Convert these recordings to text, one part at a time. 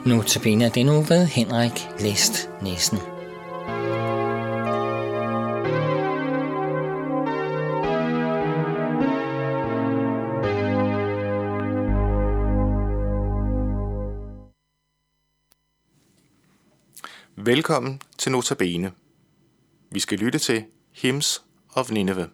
Notabene er den uge ved Henrik Læst Nissen. Velkommen til Notabene. Vi skal lytte til Hymns of Nineveh.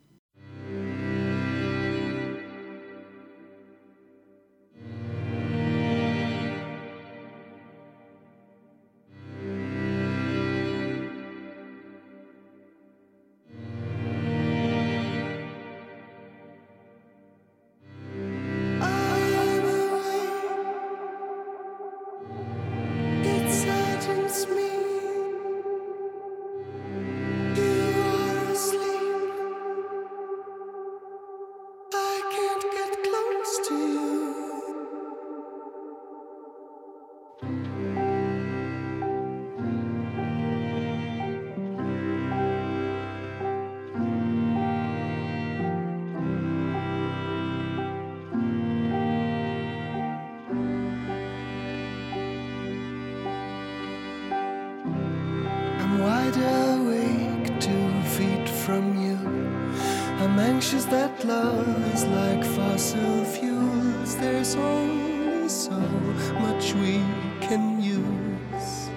Wide awake 2 feet from you. I'm anxious that love is like fossil fuels. There's only so much we can use.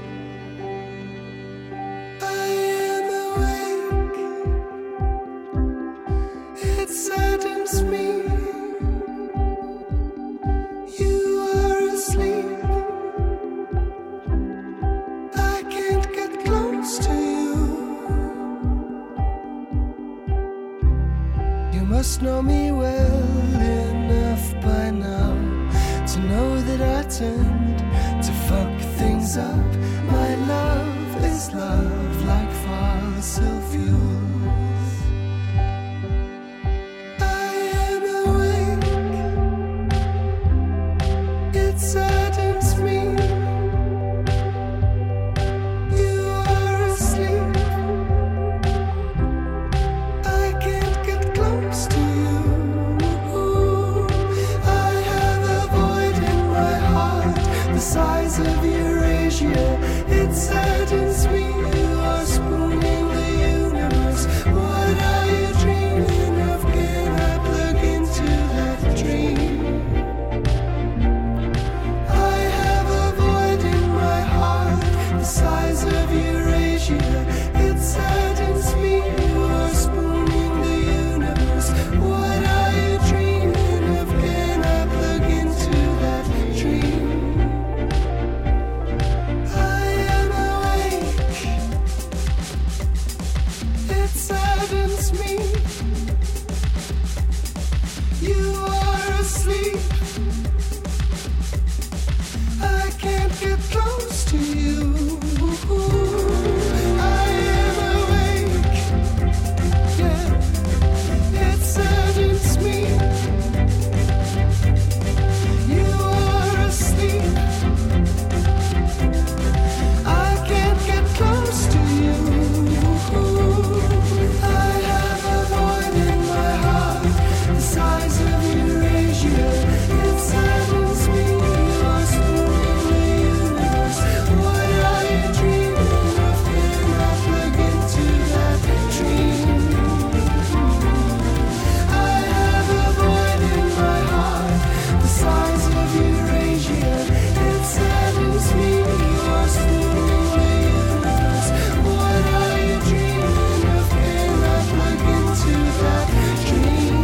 I am awake. It saddens me. You are asleep. Must know me well enough by now to know that I tend to fuck things up. My love is love like fossil fuels. I am awake. It saddens me. You are asleep. I can't get close to you. I have a void in my heart, the size of Eurasia. It saddens me. You are spooning the universe. What are you dreaming of? Can I plug into that dream? I have a void in my heart, the size of Eurasia. It saddens me. You are spooning the universe. What are you dreaming of? Can I plug into that dream? I am awake. It saddens me. You are asleep. I can't get close to you. I am awake. Yeah. It saddens me. You are asleep. I can't get close to you. I have a void in my heart, the size of Eurasia. It saddens me. You are spooning the universe. What are you dreaming of? Can I plug into that dream? I have a void in my heart, the size of Eurasia. It saddens me. You are spooning the universe. What are you dreaming of? Can I plug into that dream?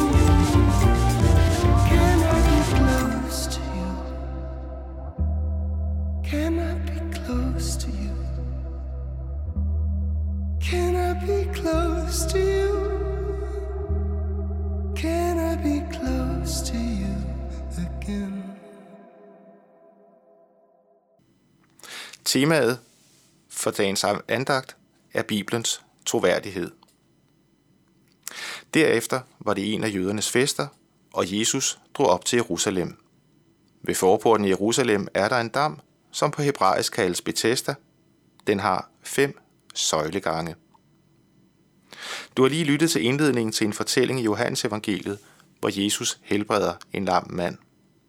Can I be close to you? Can I be close to you? Can I be close to you? Can I be close to you again? Temaet for dagens andagt er Bibelens troværdighed. Derefter var det en af jødernes fester, og Jesus drog op til Jerusalem. Ved forporten i Jerusalem er der en dam, som på hebraisk kaldes Betesda. Den har 5 søjlegange. Du har lige lyttet til indledningen til en fortælling i Johannes evangeliet, hvor Jesus helbreder en lam mand.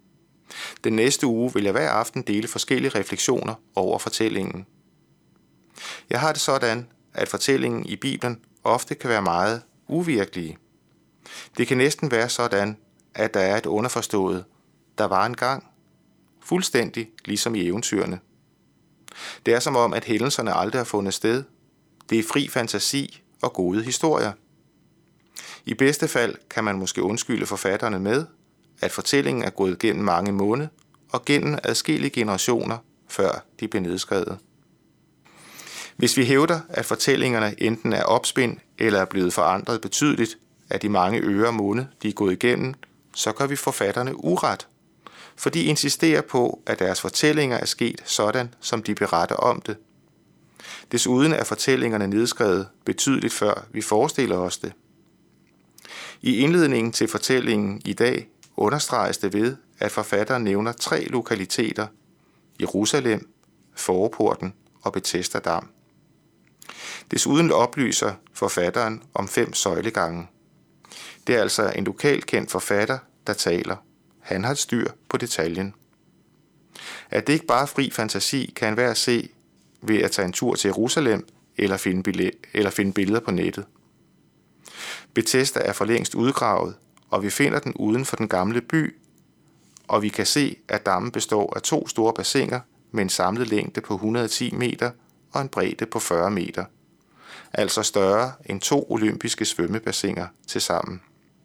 Den næste uge vil jeg hver aften dele forskellige refleksioner over fortællingen. Jeg har det sådan, at fortællingen i Bibelen ofte kan være meget uvirkelige. Det kan næsten være sådan, at der er et underforstået, der var engang, fuldstændig ligesom i eventyrene. Det er som om, at hændelserne aldrig har fundet sted. Det er fri fantasi og gode historier. I bedste fald kan man måske undskylde forfatterne med, at fortællingen er gået gennem mange munde og gennem adskillige generationer, før de blev nedskrevet. Hvis vi hævder, at fortællingerne enten er opspind eller er blevet forandret betydeligt af de mange ører og munde, de er gået igennem, så gør vi forfatterne uret, for de insisterer på, at deres fortællinger er sket sådan, som de beretter om det. Desuden er fortællingerne nedskrevet betydeligt før vi forestiller os det. I indledningen til fortællingen i dag understreges det ved, at forfatteren nævner 3 lokaliteter: Jerusalem, Forporten og Betesda Dam. Desuden oplyser forfatteren om 5 søjlegange. Det er altså en lokalt kendt forfatter, der taler. Han har et styr på detaljen. At det ikke bare er fri fantasi, kan enhver se ved at tage en tur til Jerusalem eller finde billeder på nettet. Betesda er for længst udgravet, og vi finder den uden for den gamle by, og vi kan se, at dammen består af 2 store bassiner med en samlet længde på 110 meter og en bredde på 40 meter. Altså større end 2 olympiske svømmebassiner til sammen.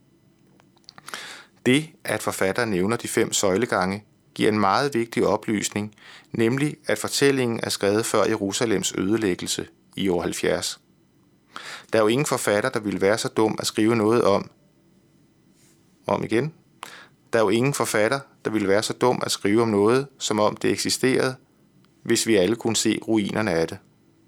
Det, at forfatteren nævner de 5 søjlegange, giver en meget vigtig oplysning, nemlig at fortællingen er skrevet før Jerusalems ødelæggelse i år 70. Der er jo ingen forfatter, der ville være så dum at skrive noget Der er jo ingen forfatter, der ville være så dum at skrive om noget, som om det eksisterede, hvis vi alle kunne se ruinerne af det.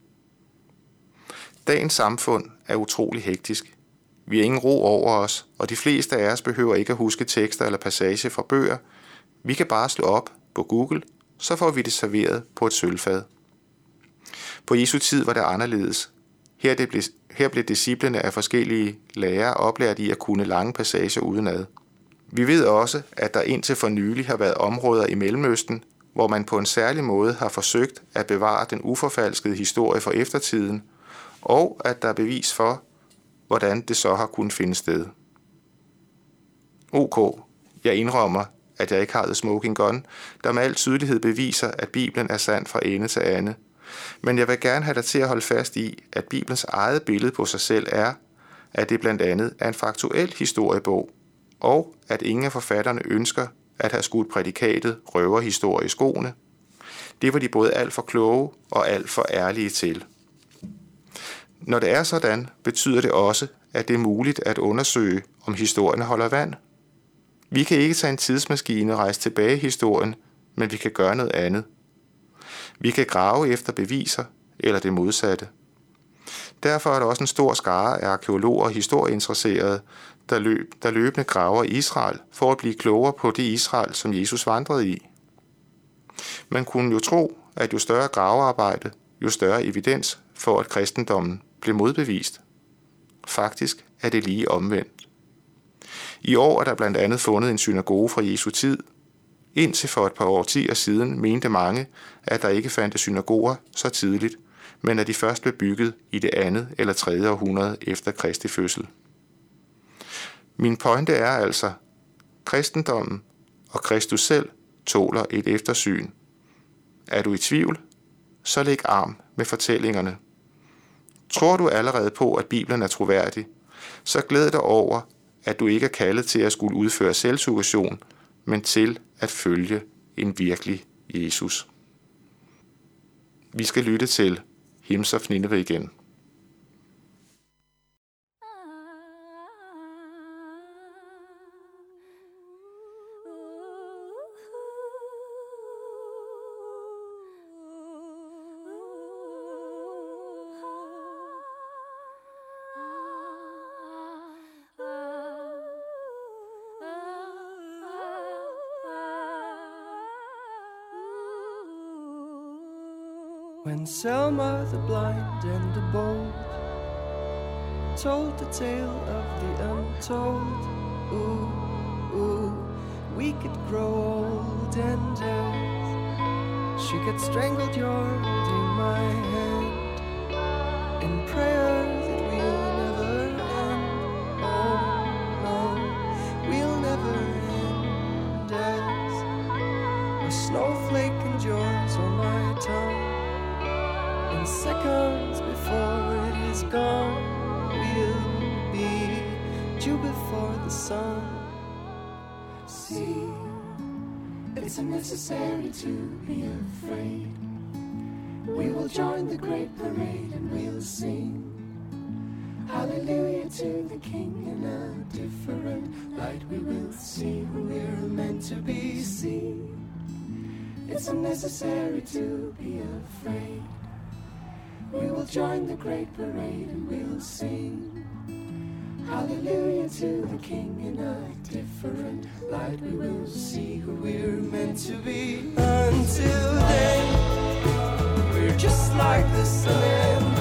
Dagens samfund er utrolig hektisk. Vi har ingen ro over os, og de fleste af os behøver ikke at huske tekster eller passage fra bøger. Vi kan bare slå op på Google, så får vi det serveret på et sølvfad. På Jesu tid var det anderledes. Her blev disciplene af forskellige lærere oplært i at kunne lange passager udenad. Vi ved også, at der indtil for nylig har været områder i Mellemøsten, hvor man på en særlig måde har forsøgt at bevare den uforfalskede historie for eftertiden, og at der er bevis for, hvordan det så har kunnet finde sted. OK, jeg indrømmer, at jeg ikke har The Smoking Gun, der med al tydelighed beviser, at Bibelen er sand fra ende til ende. Men jeg vil gerne have dig til at holde fast i, at Bibelens eget billede på sig selv er, at det blandt andet er en faktuel historiebog, og at ingen af forfatterne ønsker at have skudt prædikatet røverhistorie i skoene. Det var de både alt for kloge og alt for ærlige til. Når det er sådan, betyder det også, at det er muligt at undersøge, om historien holder vand. Vi kan ikke tage en tidsmaskine og rejse tilbage i historien, men vi kan gøre noget andet. Vi kan grave efter beviser, eller det modsatte. Derfor er der også en stor skare af arkeologer og historieinteresserede, der løbende graver i Israel for at blive klogere på det Israel, som Jesus vandrede i. Man kunne jo tro, at jo større gravearbejde, jo større evidens for, at kristendommen blev modbevist. Faktisk er det lige omvendt. I år er der blandt andet fundet en synagoge fra Jesu tid. Indtil for et par årtier siden mente mange, at der ikke fandtes synagoger så tidligt, men at de først blev bygget i det 2. eller 3. århundrede efter Kristi fødsel. Min pointe er altså, kristendommen og Kristus selv tåler et eftersyn. Er du i tvivl? Så læg arm med fortællingerne. Tror du allerede på, at Bibelen er troværdig, så glæd dig over, at du ikke er kaldet til at skulle udføre selvsuggestion, men til at følge en virkelig Jesus. Vi skal lytte til Hymns of Nineveh igen. When Selma the blind and the bold told the tale of the untold, ooh, ooh, we could grow old and dead. She gets strangled, you're holding my hand, in prayer that we'll never end. Oh no, we'll never end. As a snowflake endures on my tongue, in seconds before it is gone, we'll be dew before the sun. See, it's unnecessary to be afraid. We will join the great parade and we'll sing hallelujah to the King. In a different light we will see who we're meant to be. See, it's unnecessary to be afraid. We will join the great parade and we'll sing hallelujah to the King. In a different light we will see who we're meant to be. Until then, we're just like the sun and